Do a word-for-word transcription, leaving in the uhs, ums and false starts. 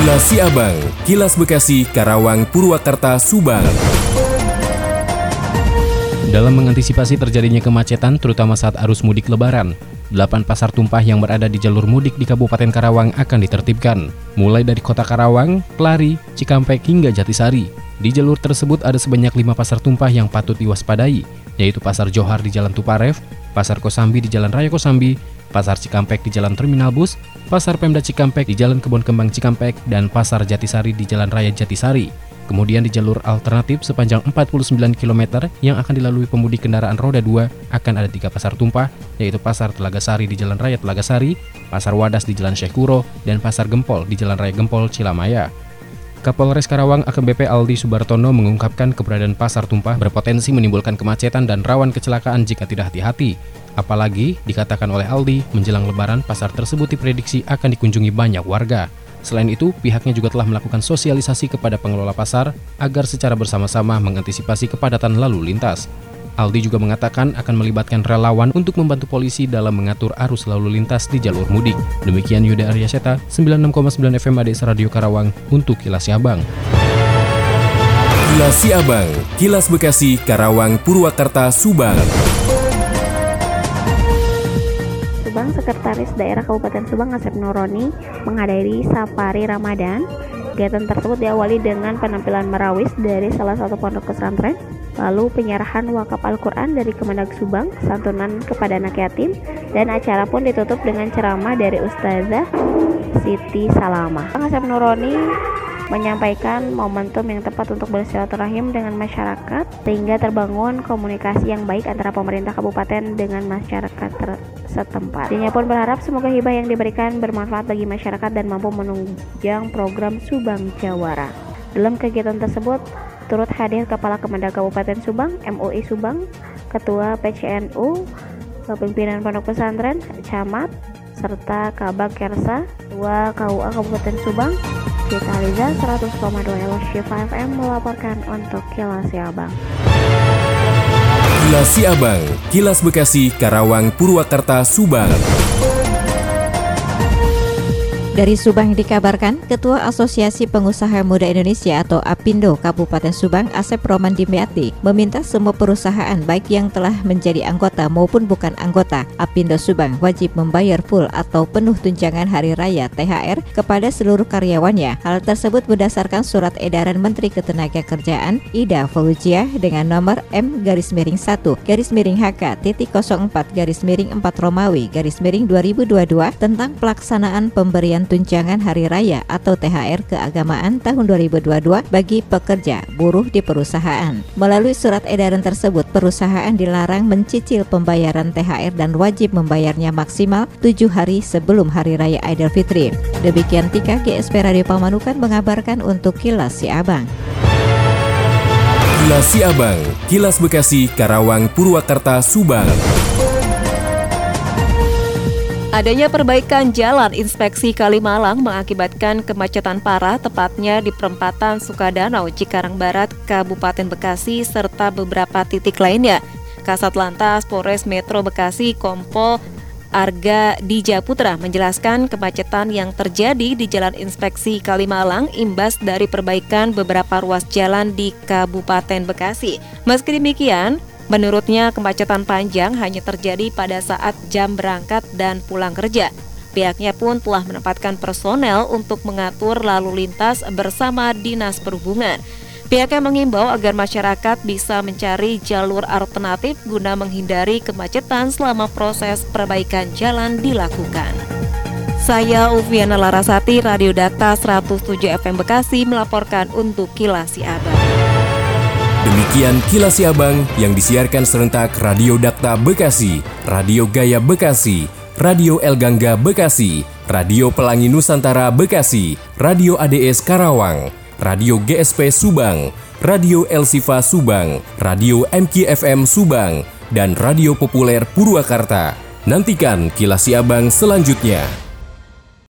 Kilas Siabang, Kilas Bekasi, Karawang, Purwakarta, Subang. Dalam mengantisipasi terjadinya kemacetan terutama saat arus mudik lebaran, delapan pasar tumpah yang berada di jalur mudik di Kabupaten Karawang akan ditertibkan, mulai dari Kota Karawang, Kelari, Cikampek hingga Jatisari. Di jalur tersebut ada sebanyak lima pasar tumpah yang patut diwaspadai, yaitu Pasar Johar di Jalan Tuparev, Pasar Kosambi di Jalan Raya Kosambi, Pasar Cikampek di Jalan Terminal Bus, Pasar Pemda Cikampek di Jalan Kebon Kembang Cikampek, dan Pasar Jatisari di Jalan Raya Jatisari. Kemudian di jalur alternatif sepanjang empat puluh sembilan kilometer yang akan dilalui pemudik kendaraan roda dua akan ada tiga pasar tumpah, yaitu Pasar Telaga Sari di Jalan Raya Telaga Sari, Pasar Wadas di Jalan Syekh Kuro, dan Pasar Gempol di Jalan Raya Gempol Cilamaya. Kapolres Karawang A K B P Aldi Subartono mengungkapkan keberadaan pasar tumpah berpotensi menimbulkan kemacetan dan rawan kecelakaan jika tidak hati-hati. Apalagi, dikatakan oleh Aldi, menjelang lebaran pasar tersebut diprediksi akan dikunjungi banyak warga. Selain itu, pihaknya juga telah melakukan sosialisasi kepada pengelola pasar agar secara bersama-sama mengantisipasi kepadatan lalu lintas. Aldi juga mengatakan akan melibatkan relawan untuk membantu polisi dalam mengatur arus lalu lintas di jalur mudik. Demikian Yuda Aryaseta, sembilan puluh enam koma sembilan F M A D S Radio Karawang untuk Kilas Siabang. Kilas Siabang, Kilas Bekasi, Karawang, Purwakarta, Subang. Subang, Sekretaris Daerah Kabupaten Subang Asep Nuroni menghadiri Safari Ramadan. Kegiatan tersebut diawali dengan penampilan merawis dari salah satu pondok pesantren, lalu penyerahan wakaf Al-Quran dari Kemendag Subang, santunan kepada anak yatim, dan acara pun ditutup dengan ceramah dari Ustazah Siti Salamah. Asep Nuroni menyampaikan momentum yang tepat untuk bersilaturahim dengan masyarakat sehingga terbangun komunikasi yang baik antara pemerintah kabupaten dengan masyarakat setempat. Dirinya pun berharap semoga hibah yang diberikan bermanfaat bagi masyarakat dan mampu menunjang program Subang Jawara. Dalam kegiatan tersebut turut hadir Kepala Kemendag Kabupaten Subang, M U I Subang, Ketua P C N U, Pimpinan Pondok Pesantren, Camat, serta Kabag Kersa, Ketua K U A Kabupaten Subang. Kita Liza seratus koma dua L Shifa F M melaporkan untuk Kilas Siabang. Kilas Siabang, Kilas Bekasi, Karawang, Purwakarta, Subang. Dari Subang dikabarkan, Ketua Asosiasi Pengusaha Muda Indonesia atau APindo Kabupaten Subang, Asep Roman Dimyati, meminta semua perusahaan baik yang telah menjadi anggota maupun bukan anggota APindo Subang wajib membayar full atau penuh tunjangan Hari Raya T H R kepada seluruh karyawannya. Hal tersebut berdasarkan surat edaran Menteri Ketenagakerjaan Ida Fauzia dengan nomor M garis miring satu garis miring H K titik nol empat garis miring empat Romawi garis miring dua ribu dua puluh dua tentang pelaksanaan pemberian tunjangan Hari Raya atau T H R keagamaan tahun dua ribu dua puluh dua bagi pekerja buruh di perusahaan. Melalui surat edaran tersebut, perusahaan dilarang mencicil pembayaran T H R dan wajib membayarnya maksimal tujuh hari sebelum Hari Raya Idul Fitri. Demikian Tika, G S P Radio Pamanukan mengabarkan untuk Kilas Siabang. Kilas Siabang, Kilas Bekasi, Karawang, Purwakarta, Subang. Adanya perbaikan jalan inspeksi Kalimalang mengakibatkan kemacetan parah tepatnya di perempatan Sukadanau, Cikarang Barat, Kabupaten Bekasi, serta beberapa titik lainnya. Kasat Lantas Polres Metro Bekasi Kompol Arga Dijaputra menjelaskan kemacetan yang terjadi di Jalan Inspeksi Kalimalang imbas dari perbaikan beberapa ruas jalan di Kabupaten Bekasi. Meski demikian, menurutnya kemacetan panjang hanya terjadi pada saat jam berangkat dan pulang kerja. Pihaknya pun telah menempatkan personel untuk mengatur lalu lintas bersama Dinas Perhubungan. Pihaknya mengimbau agar masyarakat bisa mencari jalur alternatif guna menghindari kemacetan selama proses perbaikan jalan dilakukan. Saya Ufiana Larasati, Radio Dakta seratus tujuh F M Bekasi melaporkan untuk Kilas Siabang. Demikian Kilas Siabang yang disiarkan serentak Radio Dakta Bekasi, Radio Gaya Bekasi, Radio El Gangga Bekasi, Radio Pelangi Nusantara Bekasi, Radio A D S Karawang, Radio G S P Subang, Radio El Sifa Subang, Radio M K F M Subang, dan Radio Populer Purwakarta. Nantikan Kilas Siabang selanjutnya.